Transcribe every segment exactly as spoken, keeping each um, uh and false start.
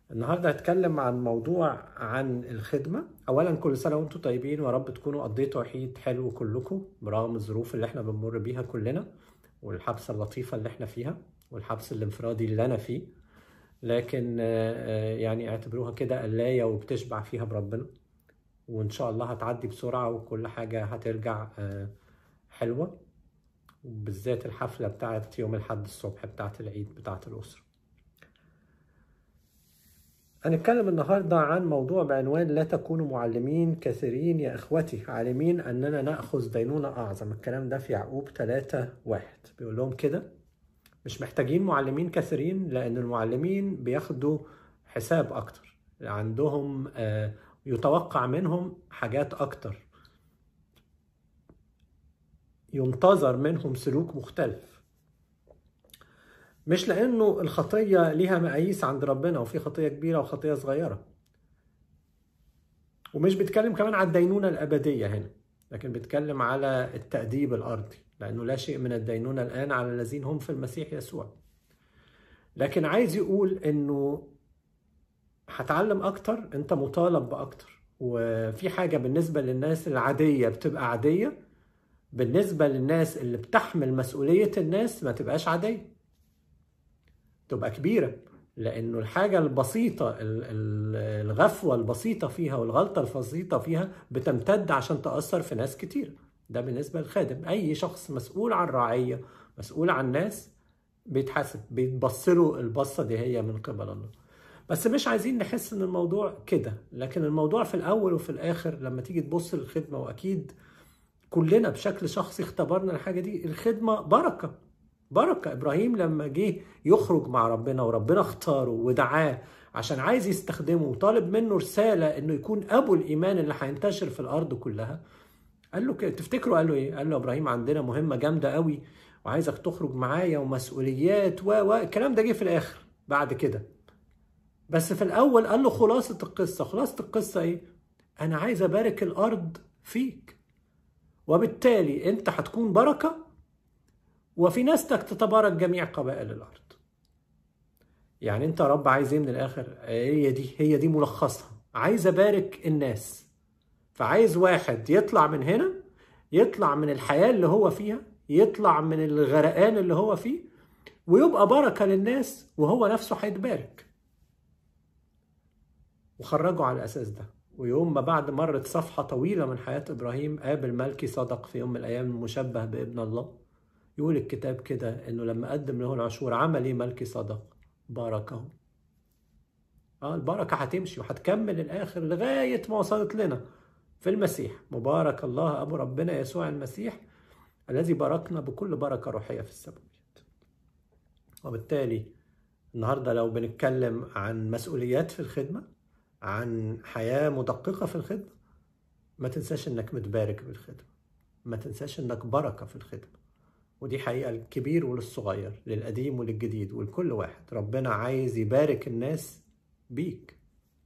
النهارده هتكلم عن موضوع عن الخدمة. أولا كل سنة وأنتم طيبين، ويا رب تكونوا قضيتوا عيد حلو كلكم برغم الظروف اللي احنا بنمر بيها كلنا، والحبسة اللطيفة اللي احنا فيها، والحبس الانفرادي اللي أنا فيه. لكن آه، آه، يعني اعتبروها كده قلاية وبتشبع فيها بربنا، وإن شاء الله هتعدي بسرعة وكل حاجة هترجع آه، حلوة، وبالذات الحفلة بتاعت يوم الأحد الصبح بتاعت العيد بتاعت الأسرة. هنتكلم النهاردة عن موضوع بعنوان لا تكونوا معلمين كثيرين يا إخوتي، عالمين أننا نأخذ دينونة أعظم. الكلام ده في يعقوب ثلاثة واحد، بيقول لهم كده مش محتاجين معلمين كثيرين، لأن المعلمين بياخدوا حساب أكتر، عندهم آه، يتوقع منهم حاجات أكتر، ينتظر منهم سلوك مختلف. مش لأنه الخطية ليها مقاييس عند ربنا، وفي خطية كبيرة وخطية صغيرة، ومش بيتكلم كمان على الدينونة الأبدية هنا، لكن بيتكلم على التأديب الأرضي، لأنه لا شيء من الدينونة الآن على الذين هم في المسيح يسوع. لكن عايز يقول إنه هتعلم أكتر، أنت مطالب بأكتر، وفي حاجة بالنسبة للناس العادية بتبقى عادية، بالنسبة للناس اللي بتحمل مسؤولية الناس ما تبقاش عادية، تبقى كبيرة. لأنه الحاجة البسيطة، الغفوة البسيطة فيها والغلطة البسيطة فيها بتمتد عشان تأثر في ناس كتير. ده بالنسبة للخادم. أي شخص مسؤول عن رعية، مسؤول عن ناس، بيتحاسب، بيتبصله البصة دي هي من قبل الله. بس مش عايزين نحس ان الموضوع كده، لكن الموضوع في الأول وفي الآخر لما تيجي تبص للخدمة، وأكيد كلنا بشكل شخصي اختبرنا الحاجة دي، الخدمة بركة. بركة. إبراهيم لما جه يخرج مع ربنا وربنا اختاره ودعاه عشان عايز يستخدمه، وطالب منه رسالة انه يكون ابو الايمان اللي هينتشر في الارض كلها، قال له كده. تفتكروا قال له ايه؟ قال له ابراهيم عندنا مهمة جامدة قوي وعايزك تخرج معايا ومسؤوليات و و الكلام ده جه في الاخر بعد كده. بس في الاول قال له خلاصة القصة. خلاصة القصة ايه؟ انا عايز ابارك الارض فيك، وبالتالي انت هتكون بركة، وفي ناستك تتبارك جميع قبائل الارض. يعني انت يا رب عايز ايه من الاخر؟ هي دي هي دي ملخصها. عايز ابارك الناس، فعايز واحد يطلع من هنا، يطلع من الحياة اللي هو فيها، يطلع من الغرقان اللي هو فيه، ويبقى بركة للناس، وهو نفسه هيتبارك. وخرجوا على الاساس ده. ويوم ما بعد مرت صفحة طويلة من حياة ابراهيم، قابل ملكي صدق في يوم من الايام المشبه بابن الله. يقول الكتاب كده انه لما قدم له العشور عمل ايه ملكي صدق؟ باركه. اه البركة هتمشي وهتكمل الآخر لغاية ما وصلت لنا في المسيح. مبارك الله أبو ربنا يسوع المسيح الذي باركنا بكل بركة روحية في السماوات. وبالتالي النهاردة لو بنتكلم عن مسؤوليات في الخدمة، عن حياة مدققة في الخدمة، ما تنساش انك متبارك بالخدمة، ما تنساش انك بركة في الخدمة. ودي حقيقة للكبير وللصغير، للقديم وللجديد ولكل واحد. ربنا عايز يبارك الناس بيك.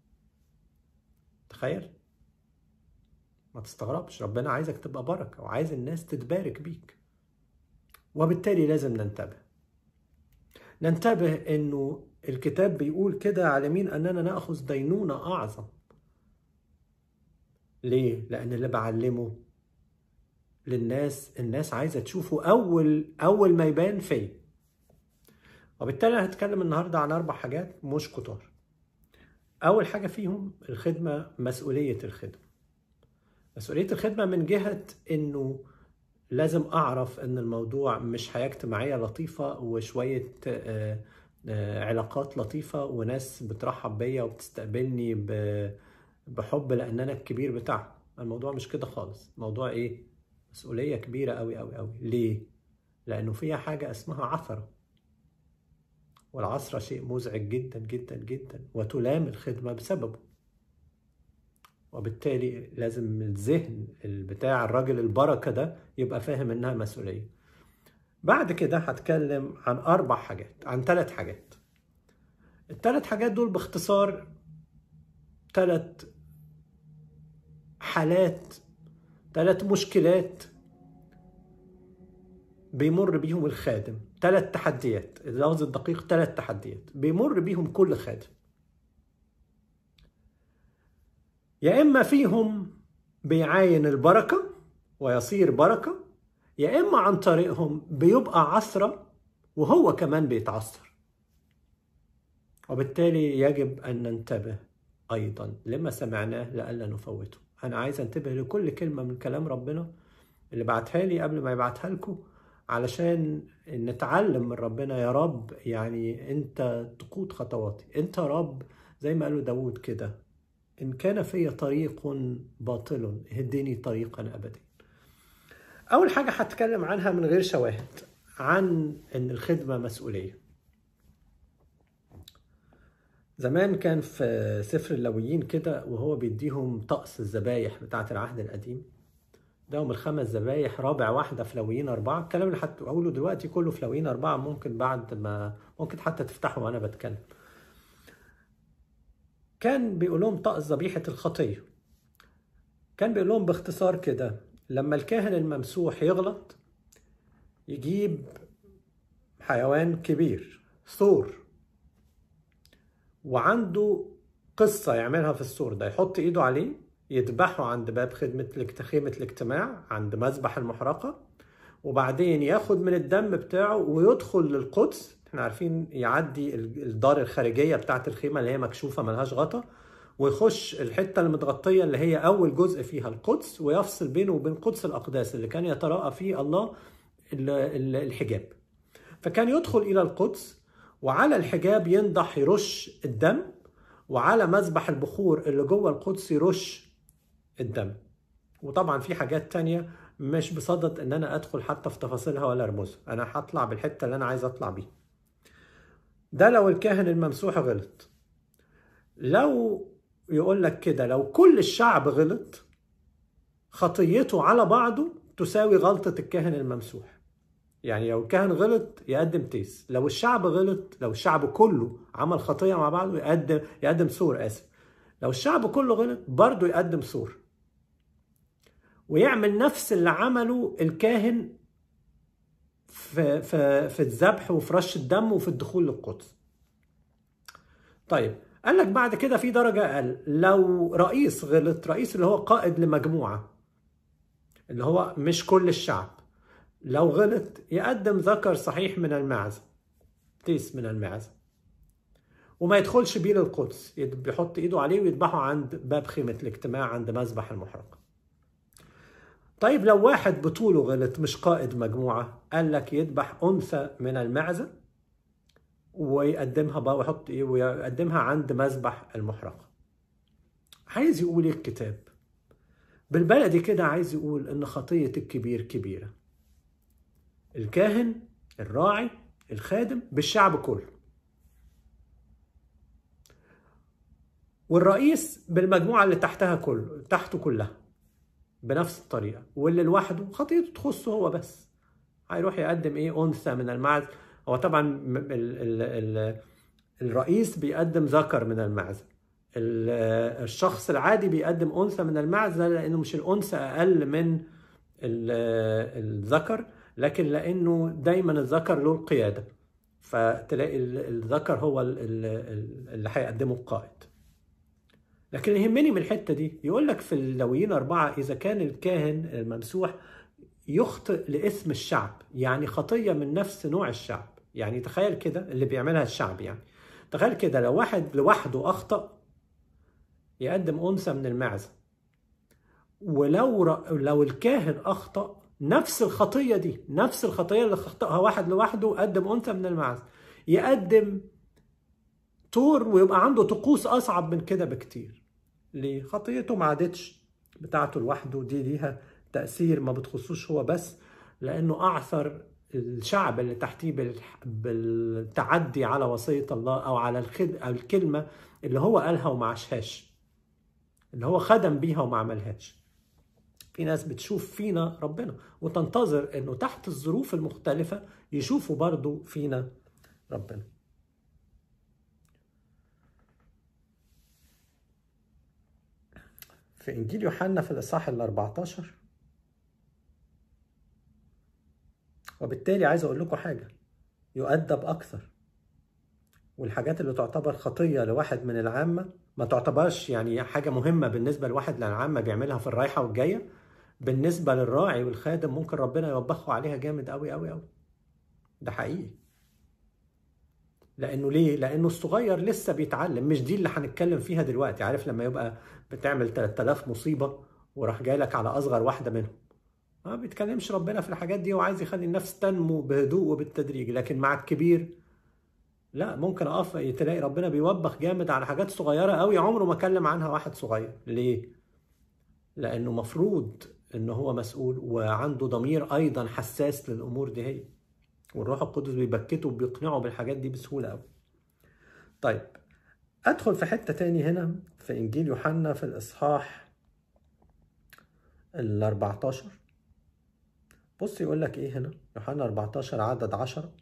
تخيل، ما تستغربش، ربنا عايزك تبقى بركة وعايز الناس تتبارك بيك. وبالتالي لازم ننتبه ننتبه انه الكتاب بيقول كده عالمين اننا نأخذ دينونة اعظم. ليه؟ لان اللي بعلمه للناس، الناس عايزة تشوفه اول اول ما يبان فيه. وبالتالي انا هتكلم النهاردة عن اربع حاجات مش كتار. اول حاجة فيهم الخدمة، مسؤولية الخدمة. مسؤولية الخدمة من جهة انه لازم أعرف إن الموضوع مش حياة اجتماعية لطيفة وشوية آه، آه، علاقات لطيفة وناس بترحب بيا وبتستقبلني بحب لأن أنا الكبير بتاعهم. الموضوع مش كده خالص. الموضوع إيه؟ مسؤولية كبيرة أوي أوي أوي. ليه؟ لأنه فيها حاجة اسمها عثرة، والعثرة شيء مزعج جدا جدا جدا، وتلام الخدمة بسببه. وبالتالي لازم الذهن بتاع الراجل البركة ده يبقى فاهم إنها مسؤولية. بعد كده هتكلم عن أربع حاجات، عن ثلاث حاجات. الثلاث حاجات دول باختصار ثلاث حالات، ثلاث مشكلات بيمر بيهم الخادم، ثلاث تحديات. اللفظ الدقيق ثلاث تحديات بيمر بيهم كل خادم. يا إما فيهم بيعاين البركة ويصير بركة، يا إما عن طريقهم بيبقى عثرة وهو كمان بيتعثر. وبالتالي يجب أن ننتبه أيضا لما سمعناه لألا نفوته. أنا عايز أنتبه لكل كلمة من كلام ربنا اللي بعتها لي قبل ما يبعتها لكم، علشان نتعلم من ربنا. يا رب يعني أنت تقود خطواتي، أنت رب زي ما قالوا داود كده، إن كان في طريق باطل اهدني طريقا أبدي. أول حاجة هتكلم عنها من غير شواهد، عن إن الخدمة مسؤولية. زمان كان في سفر اللاويين كده وهو بيديهم طقس الذبايح بتاعة العهد القديم، داهم الخمس ذبايح، رابع واحدة في لاويين أربعة. الكلام اللي هتقوله دلوقتي كله في لاويين أربعة، ممكن بعد ما ممكن حتى تفتحوا وأنا بتكلم. كان بيقول لهم طقس ذبيحة الخطية. كان بيقول لهم باختصار كده، لما الكاهن الممسوح يغلط يجيب حيوان كبير ثور، وعنده قصة يعملها في الثور ده، يحط ايده عليه، يذبحه عند باب خدمة خيمة الاجتماع عند مذبح المحرقة، وبعدين ياخد من الدم بتاعه ويدخل للقدس. احنا عارفين يعدي الدار الخارجية بتاعت الخيمة اللي هي مكشوفة ملهاش غطا، ويخش الحتة المتغطية اللي هي أول جزء فيها القدس، ويفصل بينه وبين قدس الأقداس اللي كان يتراءى فيه الله الحجاب. فكان يدخل إلى القدس، وعلى الحجاب ينضح يرش الدم، وعلى مذبح البخور اللي جوه القدس يرش الدم. وطبعا في حاجات تانية مش بصدد ان انا ادخل حتى في تفاصيلها ولا ارمزها، انا هطلع بالحتة اللي انا عايز اطلع بيها. ده لو الكاهن الممسوح غلط. لو يقول لك كده، لو كل الشعب غلط، خطيته على بعضه تساوي غلطة الكاهن الممسوح. يعني لو الكاهن غلط يقدم تيس، لو الشعب غلط، لو الشعب كله عمل خطية مع بعضه يقدم يقدم سور اسف لو الشعب كله غلط برضه يقدم سور، ويعمل نفس اللي عمله الكاهن في في في الذبح وفي رش الدم وفي الدخول للقدس. طيب قال لك بعد كده في درجة أقل، لو رئيس غلط، رئيس اللي هو قائد لمجموعة اللي هو مش كل الشعب، لو غلط يقدم ذكر صحيح من المعزة، تيس من المعزة، وما يدخلش بيه للقدس، بيحط ايده عليه ويذبحه عند باب خيمة الاجتماع عند مذبح المحرقة. طيب لو واحد بطوله غلط مش قائد مجموعة، قال لك يذبح أنثى من المعزة ويقدمها بقى ويحط ايه ويقدمها عند مذبح المحرقة. عايز يقول ايه الكتاب؟ بالبلدي كده عايز يقول ان خطية الكبير كبيرة. الكاهن، الراعي، الخادم بالشعب كله، والرئيس بالمجموعة اللي تحتها كله تحته كلها بنفس الطريقة، واللي لوحده خطيته تخصه هو بس، هيروح يقدم ايه؟ أنثى من المعز. هو طبعا ال ال ال الرئيس بيقدم ذكر من المعزة، الشخص العادي بيقدم أنثى من المعزة، لأنه مش الأنثى أقل من الذكر، لكن لأنه دايما الذكر له القيادة، فتلاقي الذكر هو اللي هيقدمه القائد. لكن يهمني من الحتة دي يقول لك في اللاويين أربعة، إذا كان الكاهن الممسوح يخطئ لاسم الشعب، يعني خطية من نفس نوع الشعب، يعني تخيل كده اللي بيعملها الشعب، يعني تخيل كده لو واحد لوحده أخطأ يقدم أنثى من المعزة، ولو لو الكاهن أخطأ نفس الخطية دي، نفس الخطية اللي خطأها واحد لوحده قدم أنثى من المعزة، يقدم طور ويبقى عنده طقوس أصعب من كده بكتير. ليه؟ خطيته ما عادتش بتاعته لوحده، دي ليها تأثير ما بتخصوش هو بس، لأنه أعثر الشعب اللي تحتيه بالتعدي على وصية الله، أو على الكلمة اللي هو قالها وما عاشهاش، اللي هو خدم بيها وما عملهاش. في ناس بتشوف فينا ربنا وتنتظر أنه تحت الظروف المختلفة يشوفوا برضو فينا ربنا. في إنجيل يوحنا في الإصحاح الأربعتاشر، وبالتالي عايز أقول لكم حاجة، يؤدب أكثر والحاجات اللي تعتبر خطية لواحد من العامة ما تعتبرش يعني حاجة مهمة بالنسبة لواحد من العامة بيعملها في الرايحة والجاية، بالنسبة للراعي والخادم ممكن ربنا يوبخه عليها جامد قوي قوي قوي. ده حقيقي. لأنه ليه؟ لأنه الصغير لسه بيتعلم، مش دي اللي هنتكلم فيها دلوقتي. عارف لما يبقى بتعمل تلات آلاف مصيبة وراح جايلك على أصغر واحدة منهم، ما بيتكلمش ربنا في الحاجات دي وعايز يخلي النفس تنمو بهدوء وبالتدريج. لكن مع الكبير لا، ممكن اقف تلاقي ربنا بيوبخ جامد على حاجات صغيره قوي عمره ما كلم عنها واحد صغير. ليه؟ لانه مفروض ان هو مسؤول وعنده ضمير ايضا حساس للامور دي هي، والروح القدس بيبكته وبيقنعه بالحاجات دي بسهوله قوي. طيب ادخل في حته تاني هنا في انجيل يوحنا في الاصحاح ال أربعتاشر. بص يقول لك ايه هنا، يوحنا أربعتاشر عدد عشرة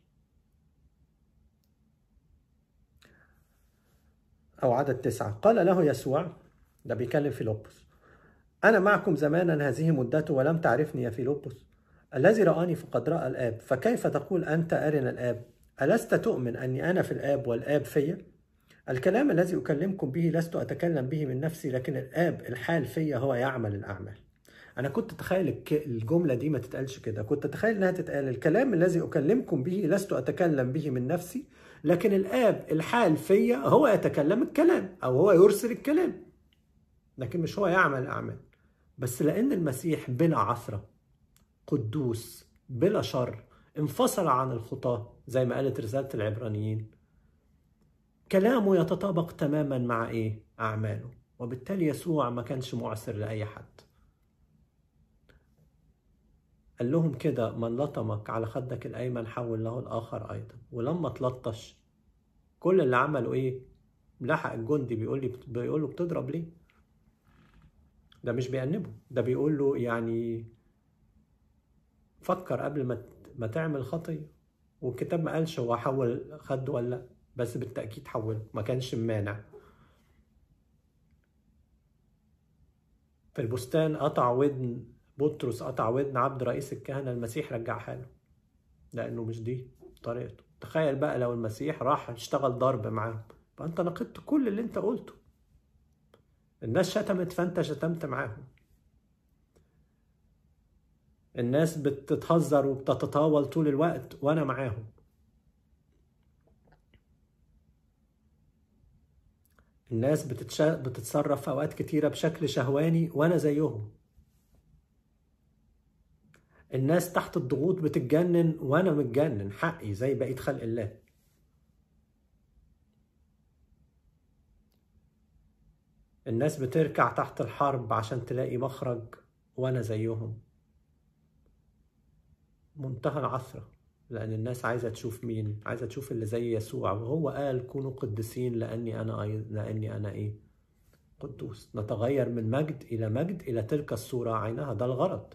أو عدد تسعة. قال له يسوع، ده بيكلم فيلبس: أنا معكم زمانا هذه مدته ولم تعرفني يا فيلبس، الذي رآني فقد رأى الآب، فكيف تقول أنت أرنا الآب؟ ألست تؤمن أني أنا في الآب والآب فيا؟ الكلام الذي أكلمكم به لست أتكلم به من نفسي، لكن الآب الحال فيا هو يعمل الأعمال. أنا كنت أتخيل الجملة دي ما تتقالش كده، كنت أتخيل أنها تتقال: الكلام الذي أكلمكم به لست أتكلم به من نفسي، لكن الآب الحال فيا هو يتكلم الكلام أو هو يرسل الكلام، لكن مش هو يعمل الأعمال. بس لأن المسيح بلا عثرة، قدوس، بلا شر، انفصل عن الخطاة زي ما قالت رسالة العبرانيين، كلامه يتطابق تماما مع إيه؟ أعماله. وبالتالي يسوع ما كانش معسر لأي حد. قال لهم كده: من لطمك على خدك الأيمن حول له الآخر أيضا. ولما تلطش كل اللي عمله إيه؟ لحق الجندي بيقول لي بيقول له بتضرب ليه؟ ده مش بيأنبه، ده بيقول له يعني فكر قبل ما ما تعمل خطية. والكتاب ما قالش هو حول خده ولا لا، بس بالتأكيد حوله، ما كانش مانع. في البستان قطع ودن بطرس، قطع ودن عبد رئيس الكهنة، المسيح رجعها له، لأنه مش دي طريقته. تخيل بقى لو المسيح راح اشتغل ضرب معاهم، فأنت نقضت كل اللي أنت قلته. الناس شتمت فأنت شتمت معاهم. الناس بتتهزر وبتتطاول طول الوقت وأنا معاهم. الناس بتتش... بتتصرف في أوقات كتيرة بشكل شهواني وأنا زيهم. الناس تحت الضغوط بتتجنن وأنا متجنن حقي زي بقية خلق الله. الناس بتركع تحت الحرب عشان تلاقي مخرج وأنا زيهم. منتهى العثرة، لأن الناس عايزة تشوف مين؟ عايزة تشوف اللي زي يسوع، وهو قال كونوا قدسين لأني أنا أي... لأني أنا إيه؟ قدوس. نتغير من مجد إلى مجد إلى تلك الصورة عينها، ده الغرض.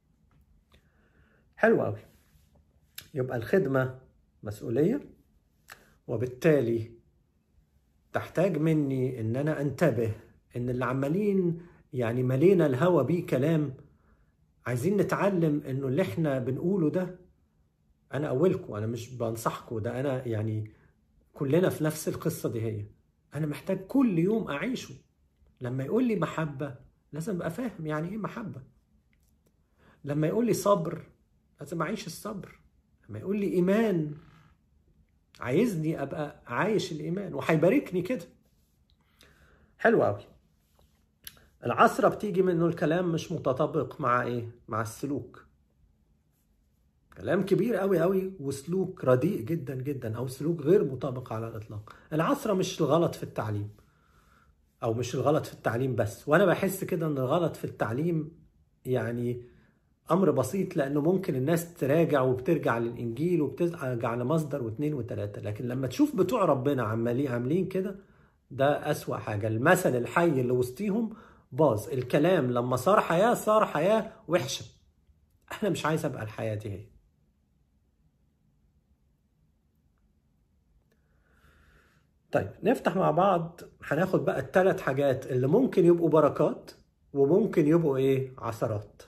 حلو قوي. يبقى الخدمة مسؤولية، وبالتالي تحتاج مني إن أنا أنتبه إن اللي عمالين يعني ملينا الهوى بيه كلام، عايزين نتعلم إنه اللي إحنا بنقوله ده، أنا أولكم، أنا مش بنصحكم، ده أنا يعني كلنا في نفس القصة دي هي. أنا محتاج كل يوم أعيشه. لما يقول لي محبة لازم أبقى فاهم يعني إيه محبة. لما يقول لي صبر لازم أعيش الصبر. لما يقول لي إيمان عايزني أبقى عايش الإيمان، وهيباركني كده. حلو قوي. العثرة بتيجي من إنه الكلام مش متطابق مع إيه؟ مع السلوك. كلام كبير قوي قوي وسلوك رديء جدا جدا، أو سلوك غير مطابق على الإطلاق. العثرة مش الغلط في التعليم، أو مش الغلط في التعليم بس. وأنا بحس كده إن الغلط في التعليم يعني أمر بسيط، لأنه ممكن الناس تراجع وبترجع للإنجيل وبترجع لمصدر واثنين وثلاثة. لكن لما تشوف بتوع ربنا عمالين عاملين كده، ده أسوأ حاجة. المثل الحي اللي وسطيهم باظ. الكلام لما صار حياة صار حياة وحشة. أنا مش عايز أبقى الحياة دي هي. طيب نفتح مع بعض، هناخد بقى الثلاث حاجات اللي ممكن يبقوا بركات وممكن يبقوا إيه؟ عثرات.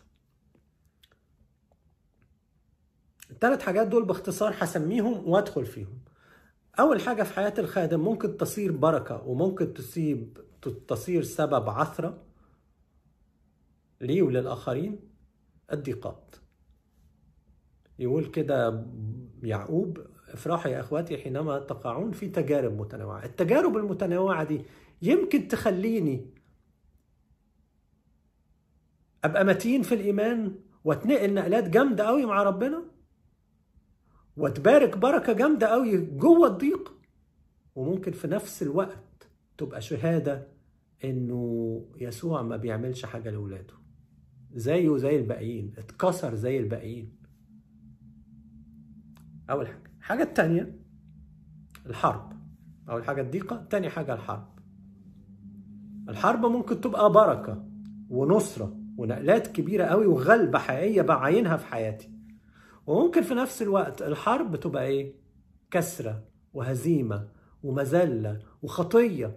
الثلاث حاجات دول باختصار هسميهم وادخل فيهم. أول حاجة في حياة الخادم ممكن تصير بركة وممكن تصيب تصير سبب عثرة ليه وللآخرين، الضيقات. يقول كده يعقوب: افرحوا يا اخواتي حينما تقعون في تجارب متنوعة. التجارب المتنوعة دي يمكن تخليني ابقى متين في الايمان واتنقل نقلات جامدة قوي مع ربنا واتبارك بركة جامدة قوي جوه الضيق، وممكن في نفس الوقت تبقى شهادة انه يسوع ما بيعملش حاجة لولاده، زيه زي الباقيين، اتكسر زي الباقيين. اول حاجة. الحاجة التانية الحرب. اول حاجة الضيقة، تاني حاجة الحرب. الحرب ممكن تبقى بركة ونصرة ونقلات كبيرة قوي وغلبة حقيقية بعينها في حياتي، وممكن في نفس الوقت الحرب تبقى ايه؟ كسرة وهزيمة ومذلة وخطية.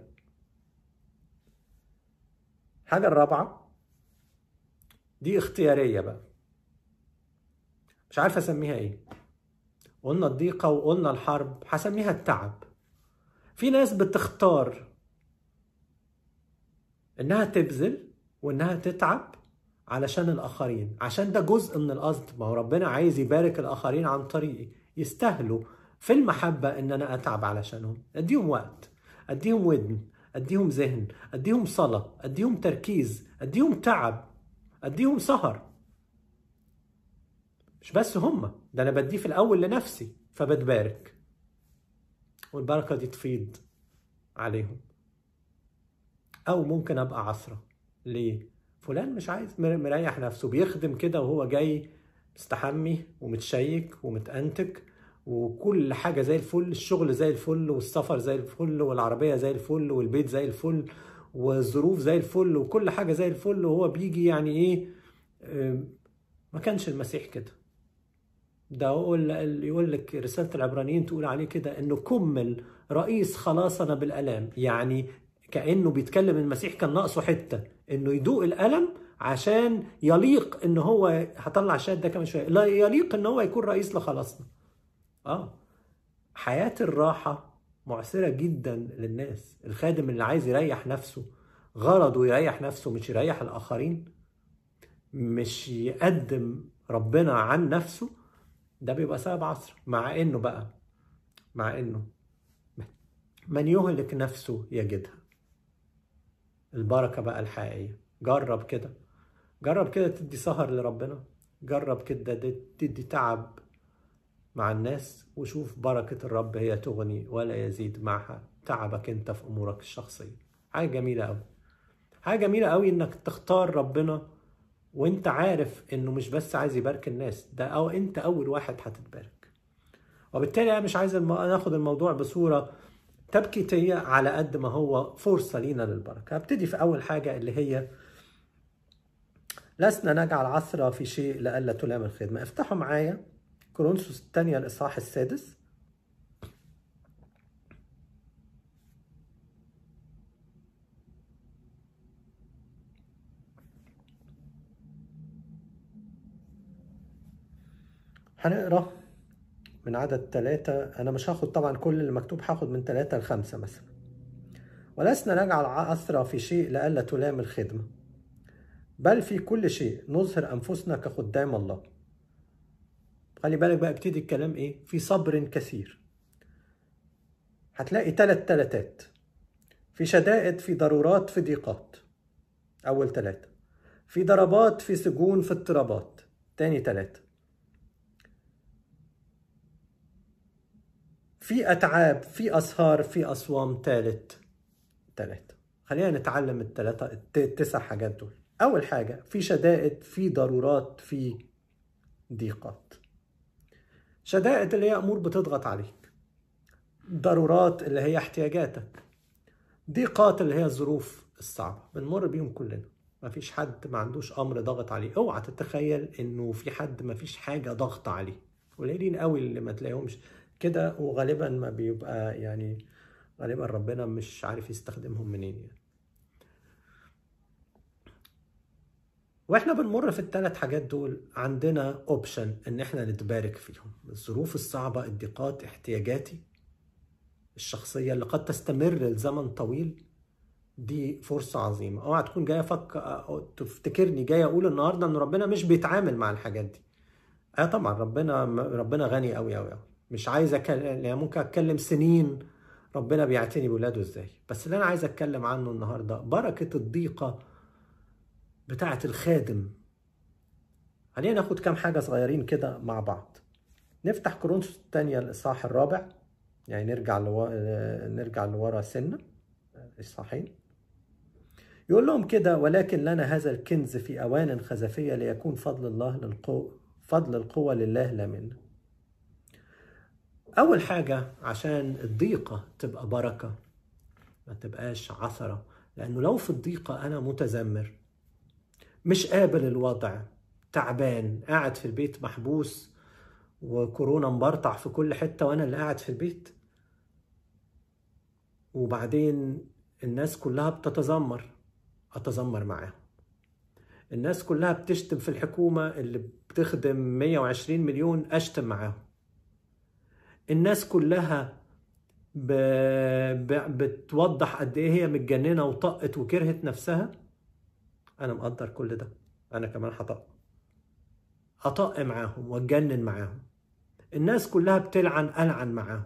الحاجة الرابعة دي اختيارية بقى، مش عارف اسميها ايه. قلنا الضيقة وقلنا الحرب، هسميها التعب. في ناس بتختار انها تبذل وانها تتعب علشان الاخرين، عشان ده جزء من القصد. ما هو ربنا عايز يبارك الاخرين عن طريقي، يستاهلوا في المحبة ان انا اتعب علشانهم. اديهم وقت، اديهم ودن، اديهم ذهن، اديهم صلاة، اديهم تركيز، اديهم تعب، اديهم سهر. مش بس هم ده، انا بديه في الاول لنفسي فبتبارك، والبركة دي تفيض عليهم. او ممكن ابقى عثرة. ليه؟ فلان مش عايز، مريح نفسه، بيخدم كده وهو جاي مستحمي ومتشيك ومتأنتك وكل حاجة زي الفل، الشغل زي الفل والسفر زي الفل والعربية زي الفل والبيت زي الفل والظروف زي الفل وكل حاجة زي الفل، وهو بيجي يعني ايه؟ ما كانش المسيح كده. ده يقول لك رسالة العبرانيين تقول عليه كده انه كمل رئيس خلاصنا بالألام. يعني كأنه بيتكلم المسيح كان ناقصه حتة انه يدوق الألم عشان يليق ان هو، هطلع الشاهد ده كمان شوية، لا يليق ان هو يكون رئيس لخلاصنا. اه حياة الراحة معسرة جدا للناس. الخادم اللي عايز يريح نفسه، غرضه يريح نفسه مش يريح الآخرين، مش يقدم ربنا عن نفسه، ده بيبقى سبب عصر. مع انه بقى مع انه من يهلك نفسه يجدها. البركة بقى الحقيقية. جرب كده، جرب كده تدي سهر لربنا، جرب كده تدي تعب مع الناس، وشوف بركة الرب هي تغني ولا يزيد معها تعبك انت في امورك الشخصية. حاجة جميلة قوي، حاجة جميلة قوي انك تختار ربنا وانت عارف انه مش بس عايز يبارك الناس، ده او انت اول واحد هتتبارك. وبالتالي انا مش عايز ناخد الموضوع بصورة تبكيتية على قد ما هو فرصة لينا للبركة. هبتدي في اول حاجة اللي هي لسنا نجعل عثرة في شيء لئلا تلام الخدمة. افتحوا معايا كورنثوس الثانية الإصحاح السادس. هنقرأ من عدد ثلاثة. أنا مش هاخد طبعا كل اللي مكتوب، هاخد من ثلاثة لخمسة مثلا. ولسنا نجعل عثرة في شيء لئلا تلام الخدمة، بل في كل شيء نظهر أنفسنا كخدام الله. خلي بالك بقى، ابتدي الكلام إيه؟ في صبر كثير. هتلاقي ثلاث تلاتات: في شدائد، في ضرورات، في ضيقات. أول ثلاثة. في ضربات، في سجون، في اضطرابات. تاني ثلاثة. في أتعاب، في أسهار، في أصوام. ثالث ثلاثة. خلينا نتعلم الثلاثة التسع حاجات دول. أول حاجة في شدائد، في ضرورات، في ضيقات. شدائد اللي هي أمور بتضغط عليك، ضرورات اللي هي احتياجاتك، ضيقات اللي هي الظروف الصعبة بنمر بيهم كلنا. مفيش حد ما عندوش أمر ضغط عليه. اوعى تتخيل إنه في حد مفيش حاجة ضغط عليه، قليلين قوي اللي ما تلاقيهمش كده، وغالبا ما بيبقى يعني غالبا ربنا مش عارف يستخدمهم منين يعني. واحنا بنمر في الثلاث حاجات دول عندنا اوبشن ان احنا نتبارك فيهم. الظروف الصعبة، الضيقات، احتياجاتي، الشخصية اللي قد تستمر لزمن طويل، دي فرصة عظيمة. اوعى تكون جاي افكر تفتكرني جاي اقول النهارده ان ربنا مش بيتعامل مع الحاجات دي. اه طبعا ربنا ربنا غني قوي قوي قوي، مش عايز أكلم، يعني ممكن اتكلم سنين ربنا بيعتني بولاده ازاي. بس اللي انا عايز اتكلم عنه النهارده بركة الضيقة بتاعة الخادم. خلينا ناخد كام حاجة صغيرين كده مع بعض. نفتح كورنثوس الثانية الإصحاح الرابع، يعني نرجع لو... نرجع لورا سنة إصحاحين. يقول لهم كده: ولكن لنا هذا الكنز في أوان خزفية ليكون فضل الله للقوة فضل القوة لله لا منا. أول حاجة عشان الضيقة تبقى بركة ما تبقاش عثرة، لأنه لو في الضيقة أنا متذمر مش قابل الوضع، تعبان، قاعد في البيت محبوس وكورونا مبرطع في كل حتة وأنا اللي قاعد في البيت، وبعدين الناس كلها بتتذمر، أتذمر معاهم. الناس كلها بتشتم في الحكومة اللي بتخدم مية وعشرين مليون، أشتم معاهم. الناس كلها ب... ب... بتوضح قد إيه هي متجننة وطقت وكرهت نفسها، أنا مقدر كل ده، أنا كمان هطق أطق معاهم واتجنن معاهم. الناس كلها بتلعن، ألعن معاهم.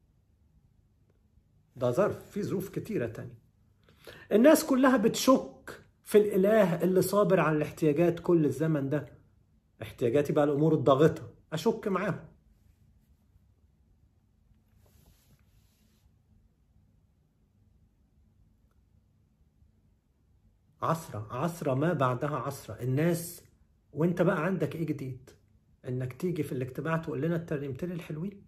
ده ظرف، في ظروف كتيرة تانية. الناس كلها بتشك في الإله اللي صابر على الاحتياجات كل الزمن ده، احتياجاتي بقى الأمور الضاغطة، أشك معاهم. عصرة عصرة ما بعدها عصرة. الناس، وانت بقى عندك ايه جديد؟ انك تيجي في الاجتماع تقول لنا الترنيمتين الحلوين؟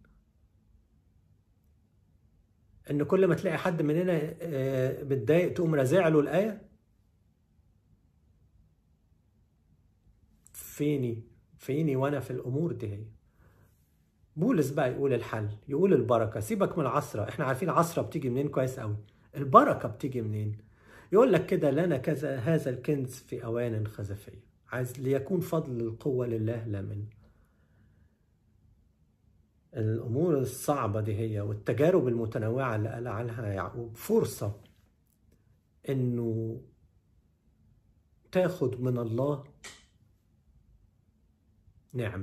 ان كل ما تلاقي حد مننا متضايق تقوم رازع له الآية؟ فيني فيني وانا في الامور دي. هي بولس بقى يقول الحل، يقول البركة. سيبك من العصرة، احنا عارفين العصرة بتيجي منين كويس قوي. البركة بتيجي منين؟ يقول لك كده: لنا كذا هذا الكنز في أوان خزفية، عايز ليكون فضل القوة لله لا من. الأمور الصعبة دي هي والتجارب المتنوعة اللي قال عنها يعقوب فرصة إنه تاخد من الله نعمة.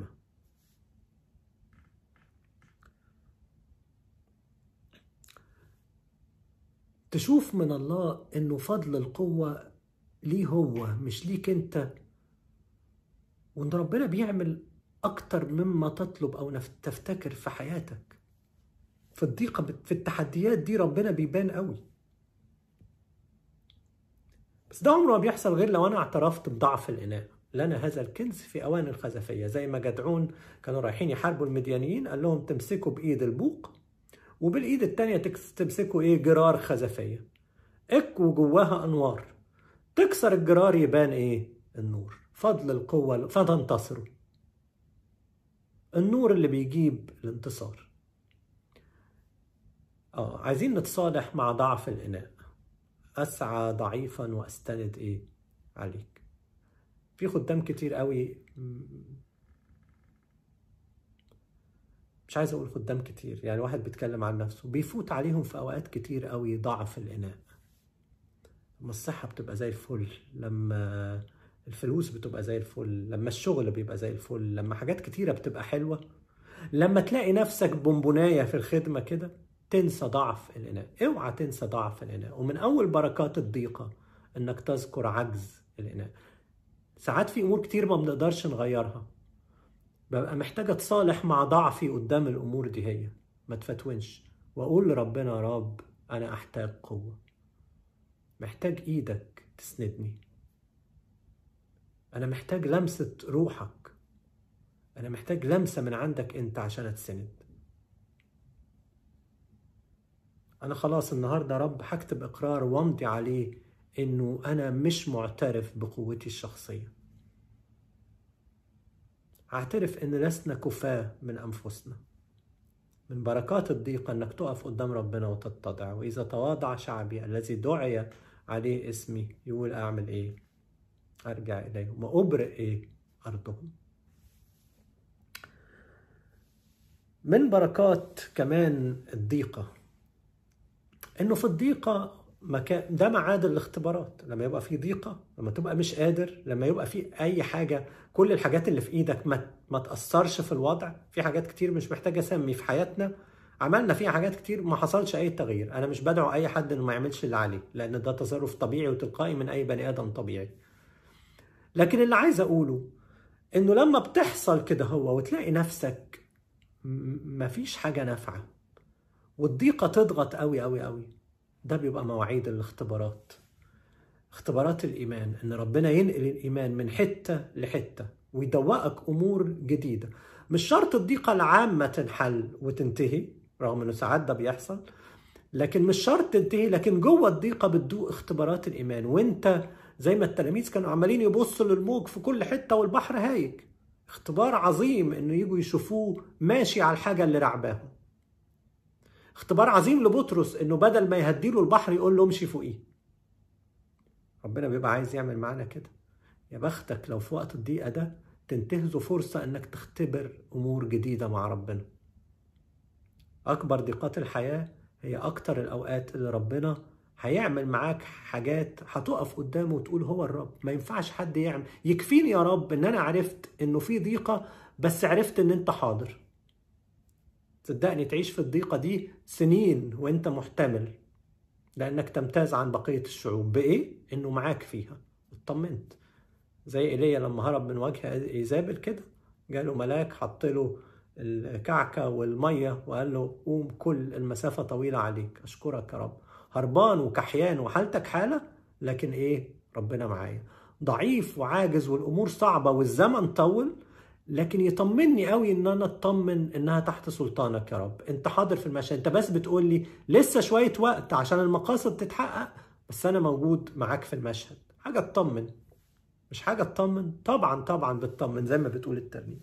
تشوف من الله إنه فضل القوة ليه هو مش ليك أنت، وإن ربنا بيعمل أكتر مما تطلب أو تفتكر في حياتك. في الضيقة، في التحديات دي ربنا بيبان قوي. بس ده عمره ما بيحصل غير لو أنا اعترفت بضعف الإناء. لنا هذا الكنز في أوان الخزفية. زي ما جدعون كانوا رايحين يحاربوا المديانيين، قال لهم تمسكوا بإيد البوق وبالإيد التانية تمسكوا إيه؟ جرار خزفية، اكوا جواها أنوار، تكسر الجرار يبان إيه؟ النور. فضل القوة فتنتصروا. النور اللي بيجيب الانتصار. آه عايزين نتصالح مع ضعف الإناء. أسعى ضعيفا وأستند إيه؟ عليك. في خدام كتير قوي، مش عايز أقول خدام كتير، يعني واحد بيتكلم عن نفسه، بيفوت عليهم في أوقات كتير قوي ضعف الإناء. لما الصحة بتبقى زي الفل، لما الفلوس بتبقى زي الفل، لما الشغل بيبقى زي الفل، لما حاجات كتيرة بتبقى حلوة، لما تلاقي نفسك بونبوناية في الخدمة كده، تنسى ضعف الإناء. اوعى تنسى ضعف الإناء. ومن أول بركات الضيقة إنك تذكر عجز الإناء. ساعات في أمور كتير ما بنقدرش نغيرها، ببقى محتاجة تصالح مع ضعفي قدام الأمور دي. هي ما تفتونش وأقول لربنا: يا رب أنا أحتاج قوة، محتاج إيدك تسندني، أنا محتاج لمسة روحك، أنا محتاج لمسة من عندك أنت عشان أتسند. أنا خلاص النهاردة رب هكتب إقرار وامضي عليه إنه أنا مش معترف بقوتي الشخصية. هعترف إن لسنا كفاة من أنفسنا. من بركات الضيقة إنك تقف قدام ربنا وتتضع. وإذا تواضع شعبي الذي دعي عليه اسمي، يقول أعمل إيه؟ أرجع إليهم وأبرئ إيه؟ أرضهم. من بركات كمان الضيقة انه في الضيقة مكان، ده معاد الاختبارات. لما يبقى في ضيقة، لما تبقى مش قادر، لما يبقى في اي حاجة، كل الحاجات اللي في ايدك ما ما تأثرش في الوضع. في حاجات كتير مش محتاجة اسمي في حياتنا عملنا فيها حاجات كتير ما حصلش اي تغيير. انا مش بدعو اي حد انه ما يعملش اللي عليه، لان ده تصرف طبيعي وتلقائي من اي بني ادم طبيعي. لكن اللي عايز اقوله انه لما بتحصل كده هو وتلاقي نفسك مفيش حاجة نافعة والضيقة تضغط قوي قوي قوي، ده بيبقى مواعيد الاختبارات، اختبارات الإيمان. إن ربنا ينقل الإيمان من حتة لحتة ويدوقك أمور جديدة. مش شرط الضيقة العامة تنحل وتنتهي، رغم إنه ساعات ده بيحصل، لكن مش شرط تنتهي. لكن جوه الضيقة بتدوق اختبارات الإيمان، وإنت زي ما التلاميذ كانوا عمالين يبصوا للموج في كل حتة والبحر هايج. اختبار عظيم إنه يجوا يشوفوه ماشي على الحاجة اللي رعباهم. اختبار عظيم لبطرس انه بدل ما يهديله البحر يقول له امشي فوقيه. ربنا بيبقى عايز يعمل معانا كده. يا بختك لو في وقت الضيقه ده تنتهزوا فرصه انك تختبر امور جديده مع ربنا. اكبر ضيقات الحياه هي اكتر الاوقات اللي ربنا هيعمل معاك حاجات هتقف قدامه وتقول هو الرب. ما ينفعش حد يعمل. يكفيني يا رب ان انا عرفت انه في ضيقه، بس عرفت ان انت حاضر. صدقني تعيش في الضيقة دي سنين وانت محتمل، لانك تمتاز عن بقية الشعوب. بايه؟ انه معاك فيها. اطمنت. زي ايليا لما هرب من وجه ايزابل كده، جاله ملاك حط له الكعكة والمية وقال له قوم، كل المسافة طويلة عليك، اشكرك يا رب. هربان وكحيان وحالتك حالة، لكن ايه؟ ربنا معايا. ضعيف وعاجز والامور صعبة والزمن طول، لكن يطمني قوي ان انا اطمن انها تحت سلطانك يا رب. انت حاضر في المشهد. انت بس بتقول لي لسه شوية وقت عشان المقاصد تتحقق، بس انا موجود معاك في المشهد. حاجة تطمن. مش حاجة تطمن؟ طبعا طبعا بتطمن زي ما بتقول الترنيم.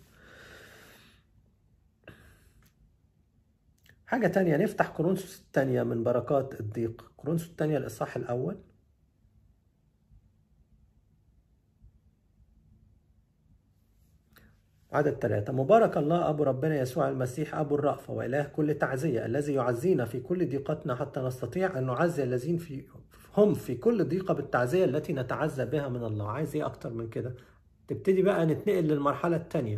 حاجة تانية، نفتح كورنثوس الثانية من بركات الضيق. كورنثوس الثانية الإصحاح الأول. عدد ثلاثة. مبارك الله أبو ربنا يسوع المسيح أبو الرأفة وإله كل تعزية، الذي يعزينا في كل ضيقتنا حتى نستطيع أن نعزي الذين في هم في كل ضيقة بالتعزية التي نتعزى بها من الله. عايز إيه أكتر من كده؟ تبتدي بقى نتنقل للمرحلة الثانية.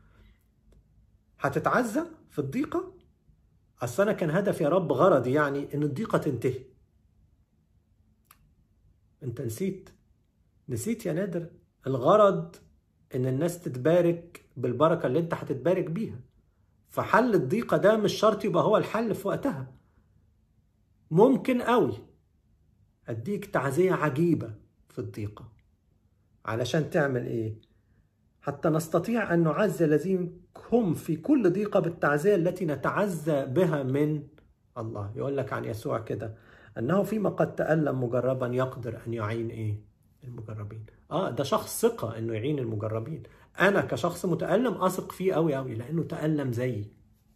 هتتعزى في الضيقة. أصل أنا كان هدف يا رب، غرضي يعني إن الضيقة تنتهي. أنت نسيت نسيت يا نادر. الغرض إن الناس تتبارك بالبركة اللي أنت هتتبارك بيها. فحل الضيقة ده مش شرط يبقى هو الحل في وقتها. ممكن قوي أديك تعزية عجيبة في الضيقة. علشان تعمل إيه؟ حتى نستطيع أن نعزي الذين هم في كل ضيقة بالتعزية التي نتعزى بها من الله. يقول لك عن يسوع كده أنه فيما قد تألم مجربا يقدر أن يعين إيه؟ المجربين. آه ده شخص ثقة أنه يعين المجربين. أنا كشخص متألم أثق فيه قوي قوي لأنه تألم زيي.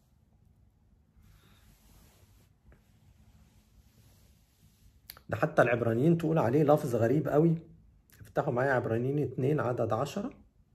ده حتى العبرانيين تقول عليه لفظ غريب قوي. افتحوا معايا عبرانيين اتنين عدد عشرة.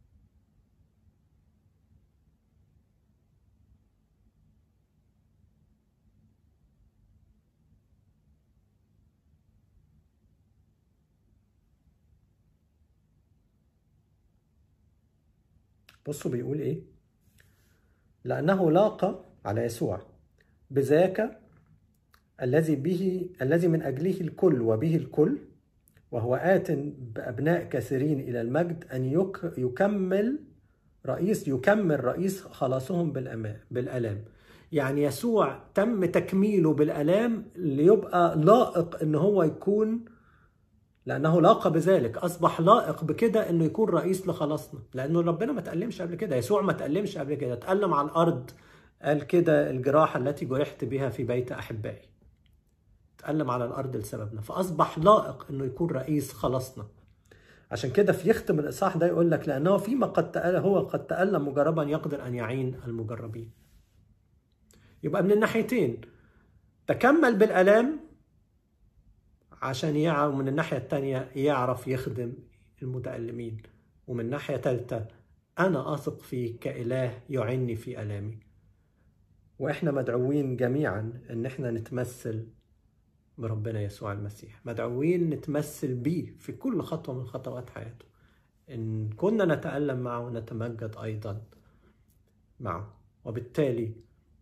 بصوا بيقول ايه. لأنه لاقى على يسوع بذاك الذي به الذي من أجله الكل وبه الكل، وهو آت بأبناء كثيرين إلى المجد، أن يك يكمل رئيس يكمل رئيس خلاصهم بالآلام. يعني يسوع تم تكميله بالآلام ليبقى لائق إن هو يكون، لأنه لاقى بذلك أصبح لائق بكده إنه يكون رئيس لخلاصنا. لأنه ربنا ما تألمش قبل كده. يسوع ما تألمش قبل كده. تألم على الأرض، قال كده الجراحة التي جرحت بها في بيت أحبائي. تألم على الأرض لسببنا، فأصبح لائق إنه يكون رئيس خلاصنا. عشان كده في يختم الإصحاح ده يقول لك لأنه فيما قد تألم هو قد تألم مجربا يقدر أن يعين المجربين. يبقى من الناحيتين تكمل بالآلام عشان يعرف، من الناحية التانية يعرف يخدم المتألمين، ومن ناحية تالتة أنا أثق فيه كإله يعني في ألامي. وإحنا مدعوين جميعا إن إحنا نتمثل بربنا يسوع المسيح، مدعوين نتمثل بيه في كل خطوة من خطوات حياته. إن كنا نتألم معه نتمجد أيضا معه. وبالتالي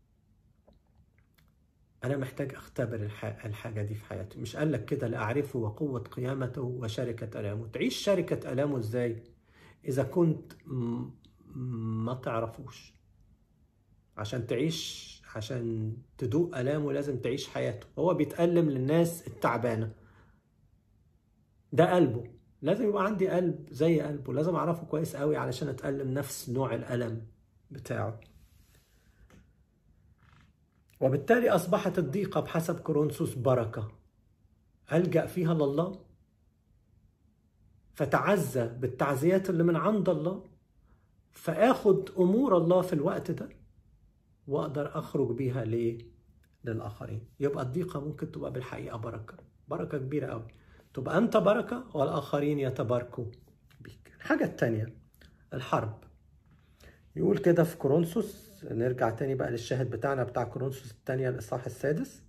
أنا محتاج أختبر الحاجة دي في حياتي. مش قال لك كده لأعرفه وقوة قيامته وشركة ألامه. تعيش شركة ألامه إزاي إذا كنت ما تعرفوش؟ عشان تعيش، عشان تدوق ألامه لازم تعيش حياته. هو بيتألم للناس التعبانة، ده قلبه. لازم يبقى عندي قلب زي قلبه، لازم أعرفه كويس قوي علشان أتألم نفس نوع الألم بتاعه. وبالتالي أصبحت الضيقة بحسب كورنثوس بركة ألجأ فيها لله، فتعزى بالتعزيات اللي من عند الله، فآخد أمور الله في الوقت ده وأقدر أخرج بيها ليه؟ للآخرين. يبقى الضيقة ممكن تبقى بالحقيقة بركة، بركة كبيرة قوي. تبقى أنت بركة والآخرين يتباركوا بيك. الحاجة التانية الحرب. يقول كده في كورنثوس، نرجع تاني بقى للشاهد بتاعنا بتاع كورنثوس الثانية الإصحاح السادس.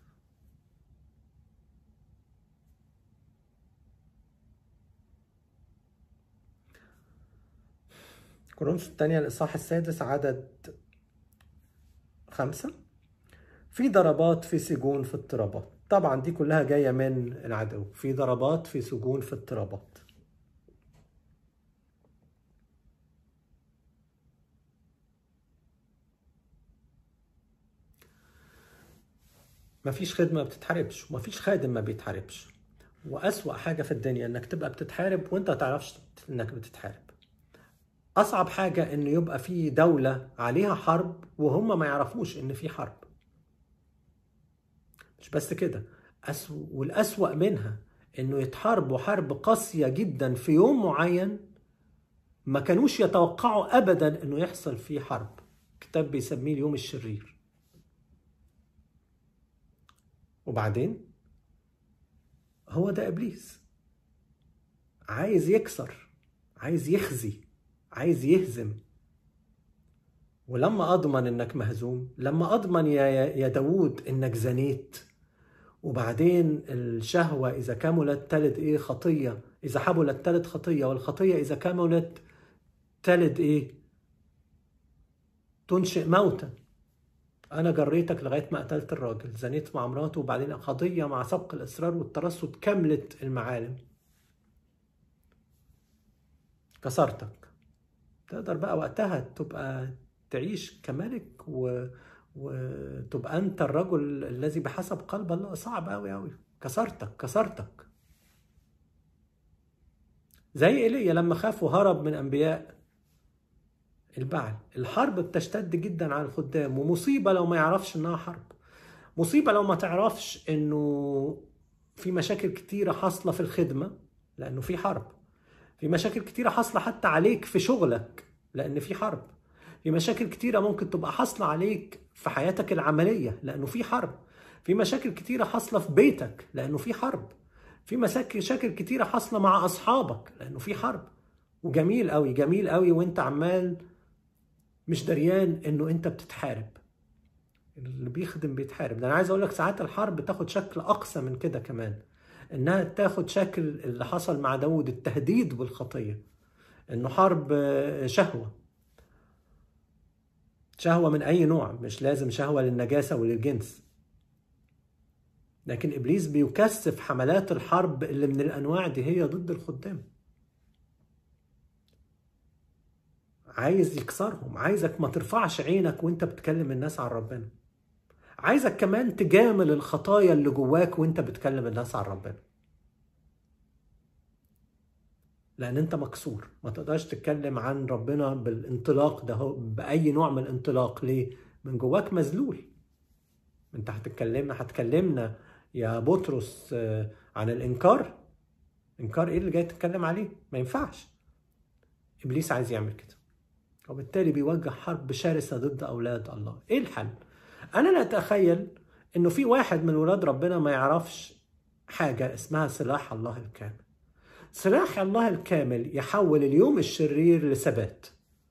كورنثوس الثانية الإصحاح السادس عدد خمسة. في ضربات، في سجون، في اضطرابات. طبعا دي كلها جاية من العدو. في ضربات، في سجون، في اضطرابات. مفيش خدمة بتتحاربش، ومفيش خادم ما بيتحاربش. وأسوأ حاجة في الدنيا إنك تبقى بتتحارب وإنت متعرفش إنك بتتحارب. أصعب حاجة إنه يبقى في دولة عليها حرب وهم ما يعرفوش إن في حرب. مش بس كده، أسوأ والأسوأ منها إنه يتحاربوا حرب قاسية جدا في يوم معين ما كانوش يتوقعوا أبدا إنه يحصل فيه حرب. كتاب بيسميه اليوم الشرير. وبعدين هو ده إبليس، عايز يكسر، عايز يخزي، عايز يهزم. ولما أضمن إنك مهزوم، لما أضمن يا يا داود إنك زنيت، وبعدين الشهوة إذا كملت تلد إيه؟ خطية. إذا حبلت تلد خطية، والخطية إذا كملت تلد إيه؟ تنشئ موتا. أنا جريتك لغاية ما قتلت الراجل، زنيت مع مراته، وبعدين قضية مع سبق الإصرار والترصد كملت المعالم، كسرتك. تقدر بقى وقتها تبقى تعيش كملك و... وتبقى أنت الرجل الذي بحسب قلب الله. صعب أوي أوي. كسرتك كسرتك زي إيليا لما خاف وهرب من أنبياء البعل. الحرب بتشتد جدا على الخدام، ومصيبة لو ما يعرفش إنها حرب. مصيبة لو ما تعرفش إنه في مشاكل كتيرة حاصلة في الخدمة لأنه في حرب. في مشاكل كتيرة حاصلة حتى عليك في شغلك لأن في حرب. في مشاكل كتيرة ممكن تبقى حاصلة عليك في حياتك العملية لأنه في حرب. في مشاكل كتيرة حاصلة في بيتك لأنه في حرب. في مشاكل كتيرة حاصلة مع أصحابك لأنه في حرب. وجميل قوي، جميل قوي وانت عمال مش دريان انه انت بتتحارب. اللي بيخدم بيتحارب. ده انا عايز اقول لك ساعات الحرب تاخد شكل اقصى من كده كمان، انها تاخد شكل اللي حصل مع داود، التهديد بالخطية، انه حرب شهوة. شهوة من اي نوع، مش لازم شهوة للنجاسة وللجنس، لكن ابليس بيكثف حملات الحرب اللي من الانواع دي هي ضد الخدام. عايز يكسرهم، عايزك ما ترفعش عينك وانت بتكلم الناس عن ربنا. عايزك كمان تجامل الخطايا اللي جواك وانت بتكلم الناس عن ربنا، لان انت مكسور. ما تقدرش تتكلم عن ربنا بالانطلاق ده، باي نوع من الانطلاق. ليه؟ من جواك مذلول. انت هتتكلمنا هتكلمنا يا بطرس عن الانكار؟ انكار ايه اللي جاي تتكلم عليه؟ ما ينفعش. ابليس عايز يعمل كده، وبالتالي بيوجه حرب شرسة ضد أولاد الله. إيه الحل؟ أنا لا أتخيل إنه في واحد من ولاد ربنا ما يعرفش حاجة اسمها سلاح الله الكامل. سلاح الله الكامل يحول اليوم الشرير لثبات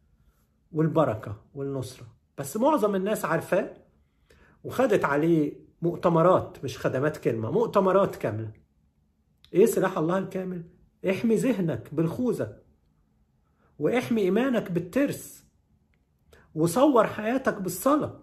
والبركة والنصرة. بس معظم الناس عارفاه وخدت عليه مؤتمرات، مش خدمات كلمة، مؤتمرات كاملة. ايه سلاح الله الكامل؟ احمي ذهنك بالخوذة، واحمي ايمانك بالترس، وصور حياتك بالصلاة،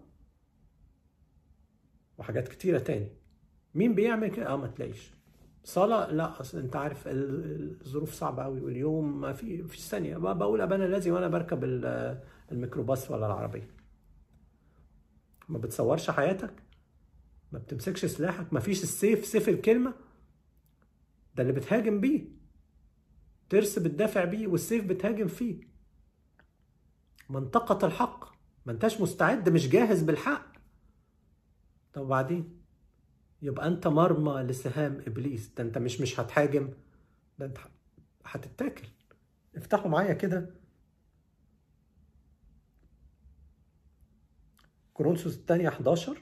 وحاجات كتيرة تاني. مين بيعمل كده؟ اه ما تلاقيش. صلاة لا، اصل انت عارف الظروف صعبة قوي، واليوم ما في في ثانية بقول ابانا الذي وانا بركب الميكروباص ولا العربية. ما بتصورش حياتك، ما بتمسكش سلاحك، ما فيش السيف، سيف الكلمة ده اللي بتهاجم بيه، ترس بتدافع بيه، والسيف بتهاجم فيه. منطقة الحق، ما انتش مستعد، مش جاهز بالحق. طب وبعدين؟ يبقى انت مرمى لسهام ابليس. ده انت مش مش هتهاجم، ده انت هتتاكل. افتحوا معايا كده كورنثوس الثانية حداشر.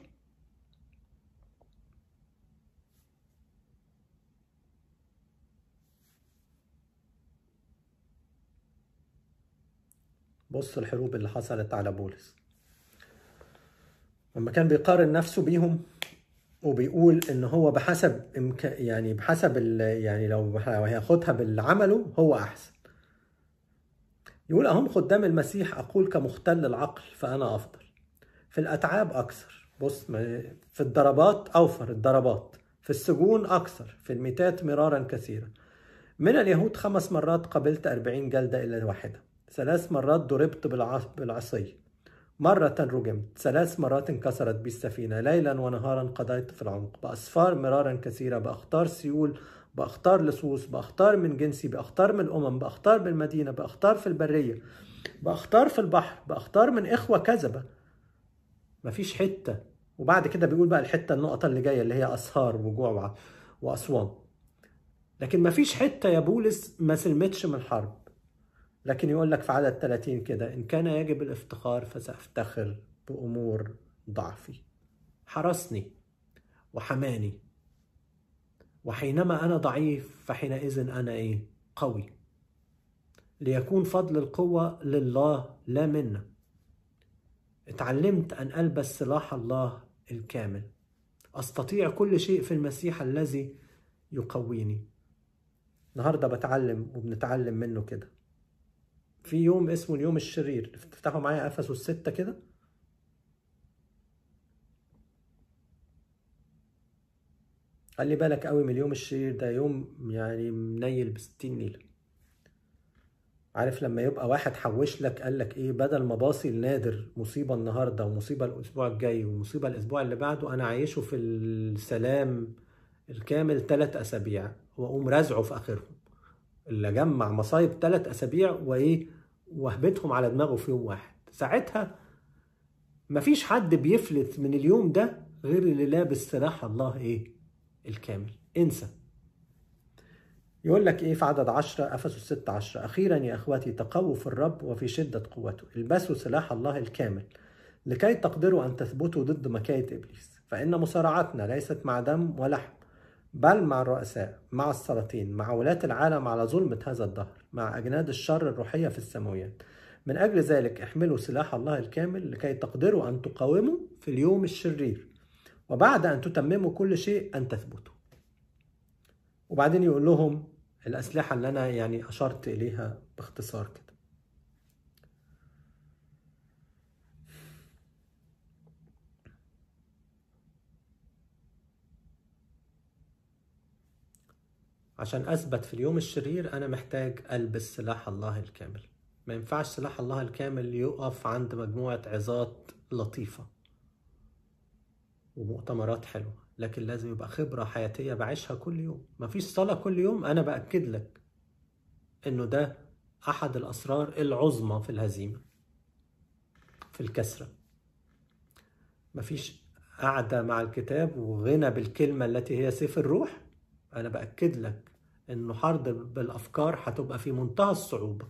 بص الحروب اللي حصلت على بولس لما كان بيقارن نفسه بيهم، وبيقول ان هو بحسب إمك... يعني بحسب ال... يعني لو هياخدها باللي عمله هو احسن. يقول اهم خدام المسيح اقول كمختل العقل فانا افضل، في الاتعاب اكثر، بص في الضربات اوفر الضربات، في السجون اكثر، في الميتات مرارا كثيرا. من اليهود خمس مرات قبلت أربعين جلدة إلا واحدة، ثلاث مرات ضربت بالعصي، مرة رجمت، ثلاث مرات انكسرت بي السفينة، ليلا ونهارا قضيت في العمق، بأسفار مرارا كثيرة، بأخطار سيول، بأخطار لصوص، بأخطار من جنسي، بأخطار من الأمم، بأخطار بالمدينة، بأخطار في البرية، بأخطار في البحر، بأخطار من إخوة كذبة. مفيش حتة. وبعد كده بيقول بقى الحتة النقطة اللي جاية اللي هي أسهار وجوع وأسوان. لكن مفيش حتة يا بولس ما سلمتش من الحرب. لكن يقول لك في عدد ثلاثين كده: إن كان يجب الافتخار فسأفتخر بأمور ضعفي. حرسني وحماني، وحينما أنا ضعيف فحينئذ أنا إيه؟ قوي، ليكون فضل القوة لله لا منا. اتعلمت أن ألبس سلاح الله الكامل، أستطيع كل شيء في المسيح الذي يقويني. النهاردة بتعلم وبنتعلم منه كده في يوم اسمه اليوم الشرير. تفتحوا معايا أفسس ستة كده. خلي بالك قوي من اليوم الشرير ده، يوم يعني منيل بستين نيلة. عارف لما يبقى واحد حوش لك قال لك ايه، بدل ما باصي النادر مصيبة النهاردة ومصيبة الأسبوع الجاي ومصيبة الأسبوع اللي بعده، أنا عايشه في السلام الكامل ثلاث أسابيع وأقوم رازعه في آخرهم. اللي جمع مصايب ثلاث أسابيع وإيه وهبتهم على دماغه في يوم واحد. ساعتها مفيش حد بيفلت من اليوم ده غير اللي لابس سلاح الله ايه الكامل. انسى. يقول لك ايه في عدد عشرة أفسس ستة عشرة: أخيرا يا أخواتي تقووا في الرب وفي شدة قوته، البسوا سلاح الله الكامل لكي تقدروا أن تثبتوا ضد مكايد إبليس، فإن مصارعتنا ليست مع دم ولحم، بل مع الرؤساء، مع السلاطين، مع ولاة العالم على ظلمة هذا الدهر، مع أجناد الشر الروحية في السماويات. من أجل ذلك احملوا سلاح الله الكامل لكي تقدروا أن تقاوموا في اليوم الشرير، وبعد أن تتمموا كل شيء أن تثبتوا. وبعدين يقول لهم الأسلحة اللي أنا يعني أشرت إليها باختصار كده. عشان أثبت في اليوم الشرير أنا محتاج ألبس سلاح الله الكامل. ما ينفعش سلاح الله الكامل يقف عند مجموعة عظات لطيفة ومؤتمرات حلوة، لكن لازم يبقى خبرة حياتية بعيشها كل يوم. مفيش صلاة كل يوم. أنا بأكد لك إنه ده أحد الأسرار العظمى في الهزيمة، في الكسرة. مفيش قعدة مع الكتاب وغنى بالكلمة التي هي سيف الروح. أنا بأكد لك إنه حرب بالأفكار هتبقى في منتهى الصعوبة.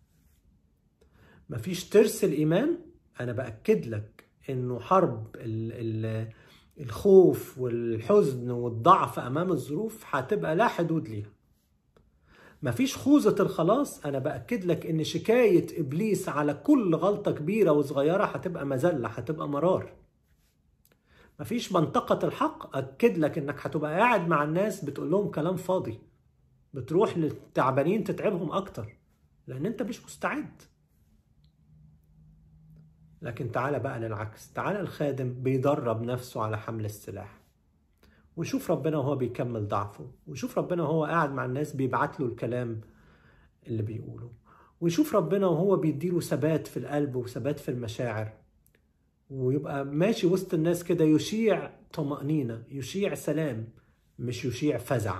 مفيش ترس الإيمان. أنا بأكد لك إنه حرب ال ال الخوف والحزن والضعف أمام الظروف هتبقى لا حدود ليها. مفيش خوذة الخلاص. أنا بأكد لك إن شكاية إبليس على كل غلطة كبيرة وصغيرة هتبقى مذلة، هتبقى مرار. مفيش منطقة الحق، أكد لك إنك هتبقى قاعد مع الناس بتقول لهم كلام فاضي، بتروح للتعبانين تتعبهم أكتر، لأن أنت مش مستعد. لكن تعالى بقى للعكس، تعالى الخادم بيدرب نفسه على حمل السلاح، ويشوف ربنا وهو بيكمل ضعفه، ويشوف ربنا وهو قاعد مع الناس بيبعت له الكلام اللي بيقوله، ويشوف ربنا وهو بيديله ثبات في القلب وثبات في المشاعر، ويبقى ماشي وسط الناس كده يشيع طمأنينة، يشيع سلام، مش يشيع فزع.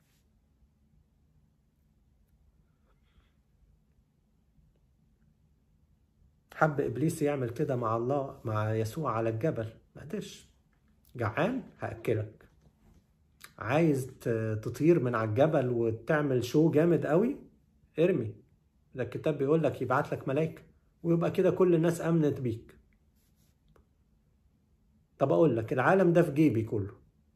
حب إبليس يعمل كده مع الله، مع يسوع على الجبل، ما قدرش. جعان هأكلك، عايز تطير من على الجبل وتعمل شو جامد قوي، ارمي. ده الكتاب بيقول لك يبعت لك ملائكة، ويبقى كده كل الناس أمنت بيك. طب أقول لك العالم ده في جيبي كله،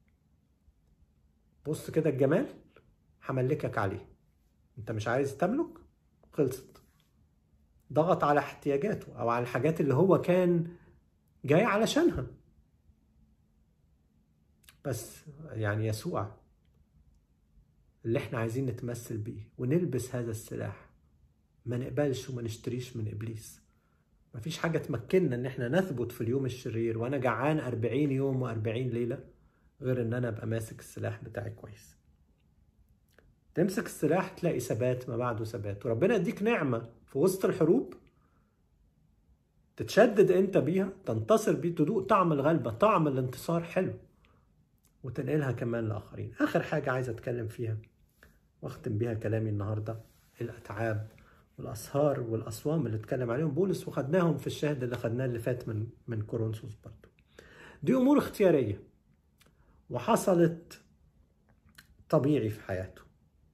بص كده الجمال هملكك عليه، انت مش عايز تملك، خلصت. ضغط على احتياجاته او على الحاجات اللي هو كان جاي علشانها. بس يعني يسوع اللي احنا عايزين نتمثل بيه ونلبس هذا السلاح، ما نقبلش وما نشتريش من إبليس. مفيش حاجة تمكننا ان احنا نثبت في اليوم الشرير وانا جعان أربعين يوم وأربعين ليلة، غير ان انا ابقى ماسك السلاح بتاعي كويس. تمسك السلاح تلاقي ثبات ما بعده ثبات، وربنا يديك نعمة في وسط الحروب تتشدد انت بيها، تنتصر بيه، تدوق طعم الغلبة، طعم الانتصار حلو، وتنقلها كمان لآخرين. آخر حاجة عايز أتكلم فيها واختم بيها كلامي النهاردة، الأتعاب والأسهار والأصوام اللي اتكلم عليهم بولس، وخدناهم في الشاهد اللي خدناه اللي فات من من كورنثوس برضه. دي أمور اختيارية وحصلت طبيعي في حياته،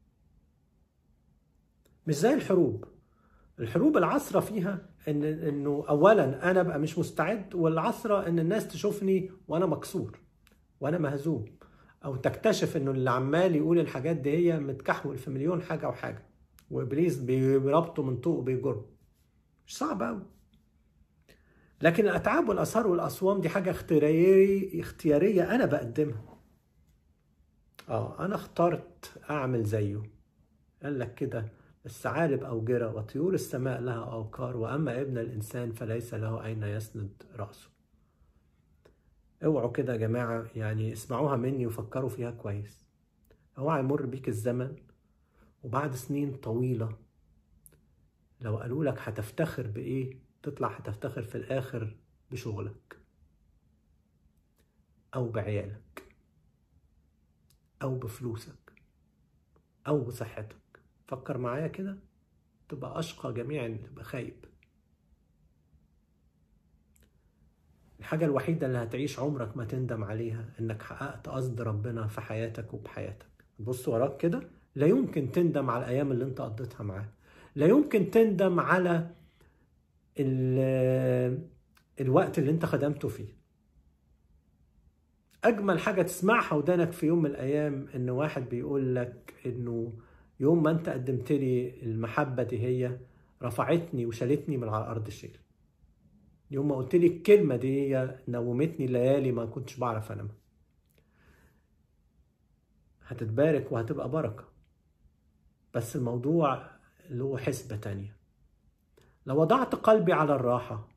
مش زي الحروب. الحروب العصرة فيها إن إنه أولاً أنا أبقى مش مستعد، والعصرة إن الناس تشوفني وأنا مكسور وأنا مهزوم، أو تكتشف إنه اللي عمال يقول الحاجات دي هي متكحول في مليون حاجة وحاجة، وإبليس بيربطه من طوق وبيجره. مش صعب أوي. لكن الأتعاب والأسهار والأصوام دي حاجة اختيارية اختيارية أنا بقدمها. آه أنا اخترت أعمل زيه. قال لك كده: الثعالب أوجرة وطيور السماء لها أوقار، وأما ابن الإنسان فليس له أين يسند رأسه. اوعوا كده يا جماعة، يعني اسمعوها مني وفكروا فيها كويس. اوعى يمر بيك الزمن وبعد سنين طويلة لو قالوا لك هتفتخر بإيه، تطلع هتفتخر في الآخر بشغلك أو بعيالك أو بفلوسك أو بصحتك. فكر معايا كده، تبقى أشقى جميعا، تبقى خايب. الحاجة الوحيدة اللي هتعيش عمرك ما تندم عليها إنك حققت قصد ربنا في حياتك وبحياتك. بص وراك كده، لا يمكن تندم على الأيام اللي انت قضيتها معاه، لا يمكن تندم على الوقت اللي انت خدمته فيه. أجمل حاجة تسمعها ودانك في يوم من الأيام إن واحد بيقول لك إنه يوم ما انت قدمت لي المحبة دي هي رفعتني وشالتني من على الأرض شيل. يوم ما قلت لي الكلمة دي هي نومتني الليالي ما كنتش بعرف أنام. هتتبارك وهتبقى بركة، بس الموضوع له حسبة تانية. لو وضعت قلبي على الراحة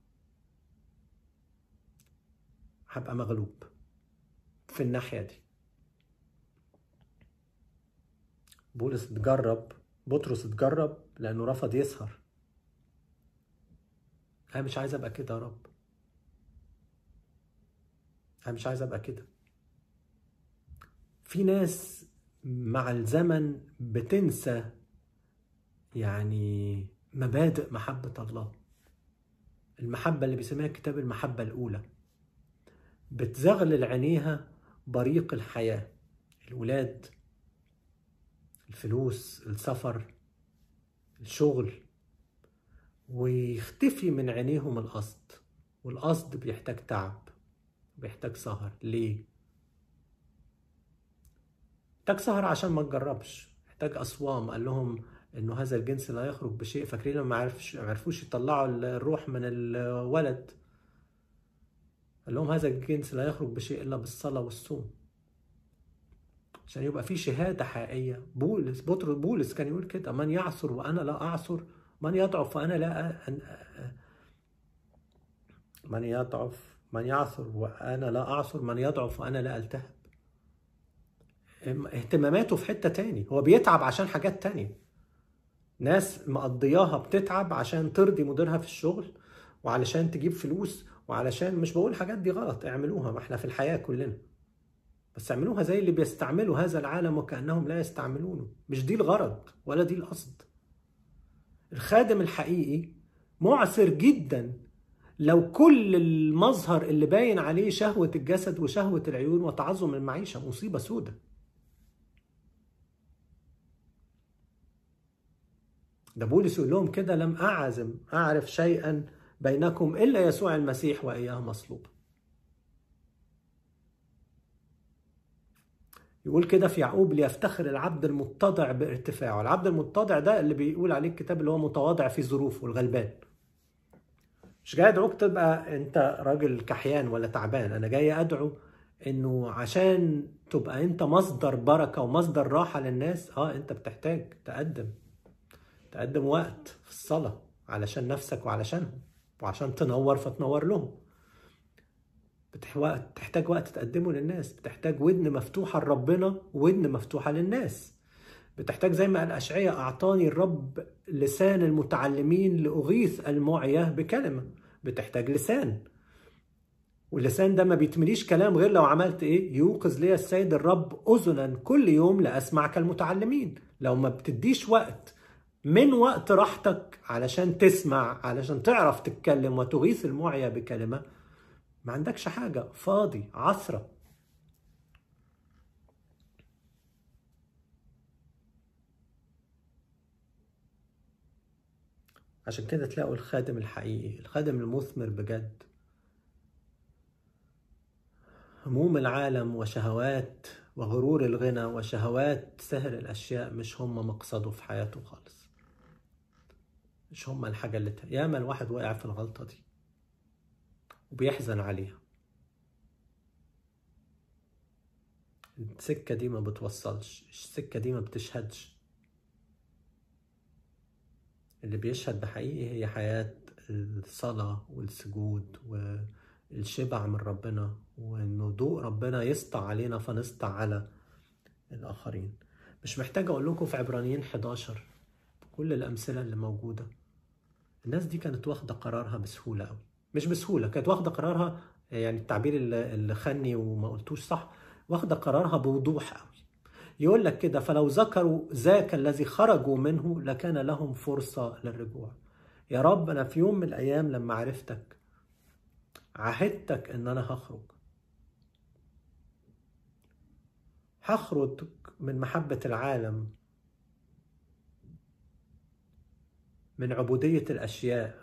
هبقى مغلوب في الناحية دي. بولس اتجرب، بطرس اتجرب لأنه رفض يسهر. أنا مش عايز أبقى كده يا رب، أنا مش عايز أبقى كده. في ناس مع الزمن بتنسى يعني مبادئ محبة الله، المحبة اللي بيسميها الكتاب المحبة الأولى. بتزغلل عينيها بريق الحياة، الولاد، الفلوس، السفر، الشغل، ويختفي من عينيهم القصد. والقصد بيحتاج تعب، بيحتاج سهر. ليه؟ محتاج سهر عشان ما تجربش، محتاج أصوام. قال لهم إنه هذا الجنس لا يخرج بشيء. فاكرين لما ما عرفوش يطلعوا الروح من الولد، قال لهم هذا الجنس لا يخرج بشيء إلا بالصلاة والصوم، عشان يبقى في شهادة حقيقية. بولس بطرس بولس كان يقول كده: من يعصر وأنا لا أعصر، من يضعف وأنا لا أ... من يضعف من يعصر وأنا لا أعصر، من يضعف وأنا لا ألتهب. اهتماماته في حتة تاني، هو بيتعب عشان حاجات تانية. ناس مقضياها بتتعب عشان ترضي مديرها في الشغل، وعلشان تجيب فلوس، وعلشان، مش بقول حاجات دي غلط، اعملوها، ما احنا في الحياة كلنا، بس اعملوها زي اللي بيستعملوا هذا العالم وكأنهم لا يستعملونه. مش دي الغرض ولا دي القصد. الخادم الحقيقي معسر جدا لو كل المظهر اللي باين عليه شهوة الجسد وشهوة العيون وتعظم المعيشة. مصيبة سودة. ده بولس يقول لهم كده: لم أعزم أعرف شيئا بينكم إلا يسوع المسيح وإياه مصلوب. يقول كده في يعقوب: ليفتخر العبد المتضع بارتفاعه. العبد المتضع ده اللي بيقول عليه الكتاب اللي هو متواضع في ظروفه، الغلبان. مش جاي ادعوك تبقى انت راجل كحيان ولا تعبان، انا جاي ادعو انه عشان تبقى انت مصدر بركة ومصدر راحة للناس، اه انت بتحتاج تقدم تقدم وقت في الصلاة علشان نفسك وعلشانهم، وعشان تنور فتنور لهم. بتحتاج وقت تقدمه للناس، بتحتاج ودن مفتوحة لربنا وودن مفتوحة للناس. بتحتاج زي ما قال أشعياء: أعطاني الرب لسان المتعلمين لأغيث المعية بكلمة. بتحتاج لسان، واللسان ده ما بيتمليش كلام غير لو عملت إيه؟ يوقظ لي السيد الرب أذنا كل يوم لأسمع كالمتعلمين. لو ما بتديش وقت من وقت راحتك علشان تسمع، علشان تعرف تتكلم وتغيث المعية بكلمة، ما عندكش حاجة، فاضي، عثرة. عشان كده تلاقوا الخادم الحقيقي، الخادم المثمر بجد، هموم العالم وشهوات وغرور الغنى وشهوات سهر الأشياء مش هم مقصده في حياته خالص. مش هم الحاجة اللي ت... ياما الواحد وقع في الغلطة دي وبيحزن عليها. السكة دي ما بتوصلش، السكة دي ما بتشهدش. اللي بيشهد بحقيقي هي حياة الصلاة والسجود والشبع من ربنا، وإنه ضوء ربنا يسطع علينا فنسطع على الآخرين. مش محتاج أقول لكم في عبرانيين حداشر كل الأمثلة اللي موجودة. الناس دي كانت واخدة قرارها بسهولة أوي، مش بسهولة، كانت واخدة قرارها، يعني التعبير اللي خني وما قلتوش صح، واخدة قرارها بوضوح أوي. يقول لك كده: فلو ذكروا ذاك الذي خرجوا منه لكان لهم فرصة للرجوع. يا رب أنا في يوم من الأيام لما عرفتك عهدتك إن أنا هخرج هخرج من محبة العالم، من عبودية الأشياء،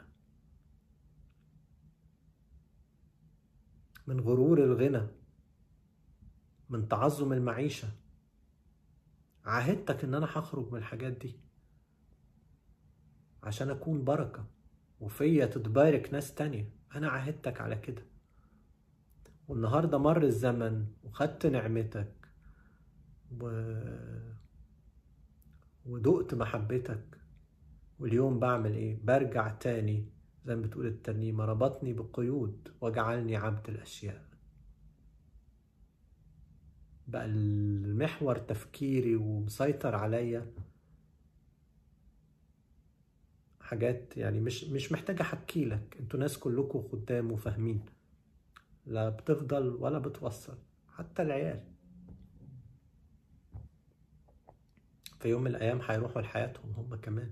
من غرور الغنى، من تعظم المعيشة. عهدتك إن أنا هخرج من الحاجات دي عشان أكون بركة وفيا تتبارك ناس تانية. أنا عهدتك على كده، والنهاردة مر الزمن وخدت نعمتك و... ودقت محبتك، واليوم بعمل إيه؟ برجع تاني زي ما بتقول الترنيمة: ربطني بقيود وجعلني عبد الأشياء. بقى المحور تفكيري ومسيطر عليا حاجات يعني مش مش محتاجة احكي لك، انتوا ناس كلكم خدام وفاهمين. لا بتفضل ولا بتوصل، حتى العيال في يوم من الايام هيروحوا لحياتهم هم كمان.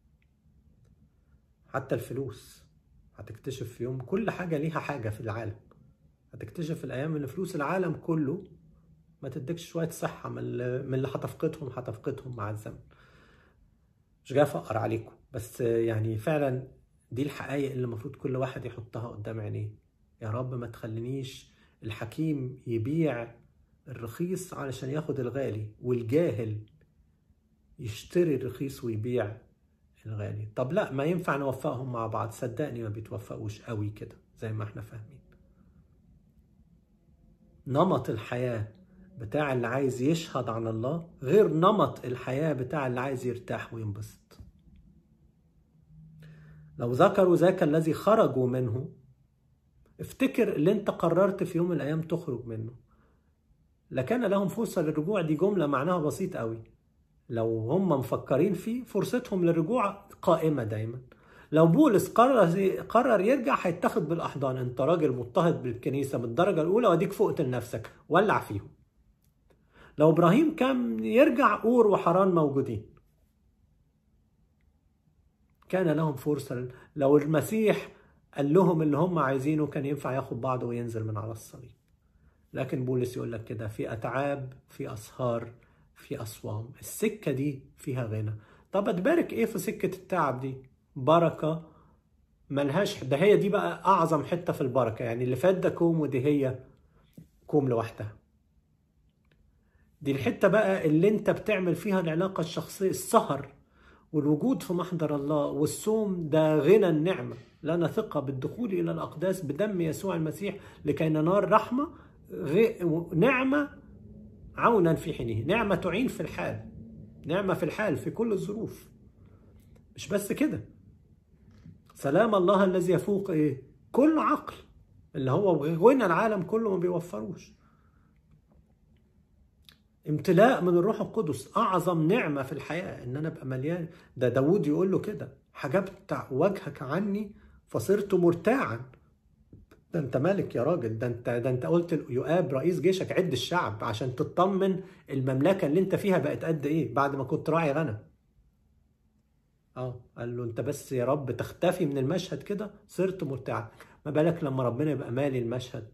حتى الفلوس هتكتشف في يوم كل حاجة ليها حاجة في العالم. هتكتشف في الايام ان فلوس العالم كله ما تديكش شوية صحة من اللي هتفقدهم هتفقدهم مع الزمن. مش جاي افقر عليكم، بس يعني فعلا دي الحقائق اللي المفروض كل واحد يحطها قدام عينيه. يا رب ما تخلينيش الحكيم يبيع الرخيص علشان ياخد الغالي، والجاهل يشتري الرخيص ويبيع الغالي. طب لا، ما ينفع نوفقهم مع بعض؟ صدقني ما بيتوفقوش قوي كده زي ما احنا فاهمين. نمط الحياة بتاع اللي عايز يشهد عن الله غير نمط الحياة بتاع اللي عايز يرتاح وينبسط. لو ذكروا ذاك الذي خرجوا منه، افتكر اللي انت قررت في يوم من الايام تخرج منه، لكان لهم فرصة للرجوع. دي جملة معناها بسيط قوي. لو هم مفكرين فيه فرصتهم للرجوع قائمة دايما. لو بولس قرر قرر يرجع هيتاخد بالاحضان. انت راجل مضطهد بالكنيسة من الدرجة الاولى واديك فقت لنفسك، ولع فيهم. لو ابراهيم كان يرجع، اور وحران موجودين. كان لهم فرصة. لو المسيح قال لهم اللي هم عايزينه كان ينفع ياخد بعضه وينزل من على الصليب. لكن بولس يقول لك كده: في أتعاب، في أسهار، في أصوام. السكة دي فيها غنى. طب أتبارك إيه في سكة التعب دي؟ بركة ملهاش. ده هي دي بقى أعظم حتة في البركة. يعني اللي فات ده كوم، ودي هي كوم لوحدها. دي الحتة بقى اللي انت بتعمل فيها العلاقة الشخصية. السهر والوجود في محضر الله والصوم ده غنى النعمة. لنا ثقة بالدخول إلى الأقداس بدم يسوع المسيح لكي ننال رحمة نعمة عونا في حينه. نعمة تعين في الحال، نعمة في الحال في كل الظروف. مش بس كده، سلام الله الذي يفوق ايه كل عقل، اللي هو غنى العالم كله ما بيوفروش. امتلاء من الروح القدس اعظم نعمة في الحياة، ان انا ابقى مليان. ده داود يقول له كده: حجبت وجهك عني فصرت مرتاعا. ده انت ملك يا راجل. ده انت ده انت قلت يؤاب رئيس جيشك عد الشعب عشان تطمن المملكة اللي انت فيها بقت قد ايه بعد ما كنت راعي غنم. اه قال له: انت بس يا رب تختفي من المشهد كده صرت مرتاعا. ما بالك لما ربنا يبقى مالي المشهد،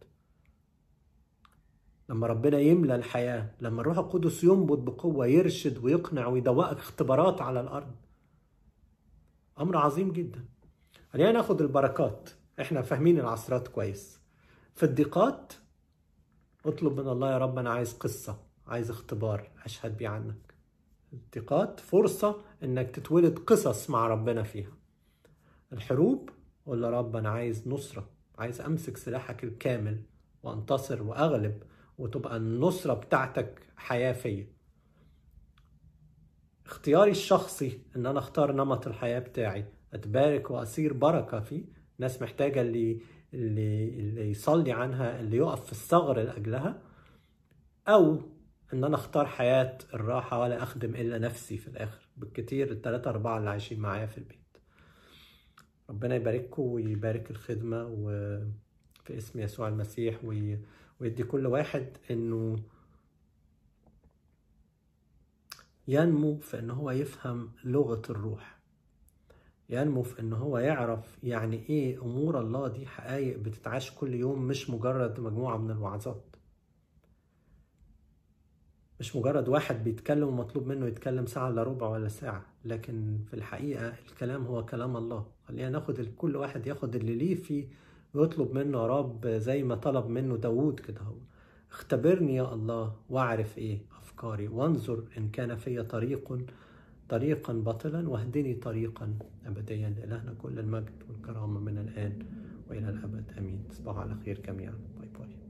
لما ربنا يملى الحياة، لما الروح القدس ينبض بقوة يرشد ويقنع ويدوقك اختبارات على الأرض. أمر عظيم جدا. خلينا ناخد البركات. احنا فاهمين العصرات كويس. في الضيقات اطلب من الله: يا رب أنا عايز قصة، عايز اختبار أشهد بيه عنك. الضيقات فرصة إنك تتولد قصص مع ربنا فيها. الحروب قول يا رب أنا عايز نصرة، عايز أمسك سلاحك الكامل وأنتصر وأغلب، وتبقى النصرة بتاعتك حياة فيا. اختياري الشخصي ان انا اختار نمط الحياة بتاعي، اتبارك واصير بركة فيه. ناس محتاجة اللي, اللي, اللي يصلي عنها، اللي يقف في الثغر لأجلها. او ان انا اختار حياة الراحة ولا اخدم الا نفسي في الاخر. بالكتير الثلاثة اربعة اللي عايشين معايا في البيت. ربنا يبارككم ويبارك الخدمة وفي اسم يسوع المسيح، ويدي كل واحد انه ينمو في ان هو يفهم لغة الروح، ينمو في ان هو يعرف يعني ايه امور الله دي حقائق بتتعاش كل يوم، مش مجرد مجموعة من الوعظات، مش مجرد واحد بيتكلم ومطلوب منه يتكلم ساعة الا ربع ولا ساعة، لكن في الحقيقة الكلام هو كلام الله. خلينا ناخد كل واحد ياخد اللي ليه فيه ويطلب منه: يا رب زي ما طلب منه داود كده، هو اختبرني يا الله واعرف ايه افكاري، وانظر ان كان في طريق طريقا باطلا واهدني طريقا ابديا. لإلهنا كل المجد والكرامة من الآن وإلى الأبد آمين. تصبحوا على خير جميعا. باي باي.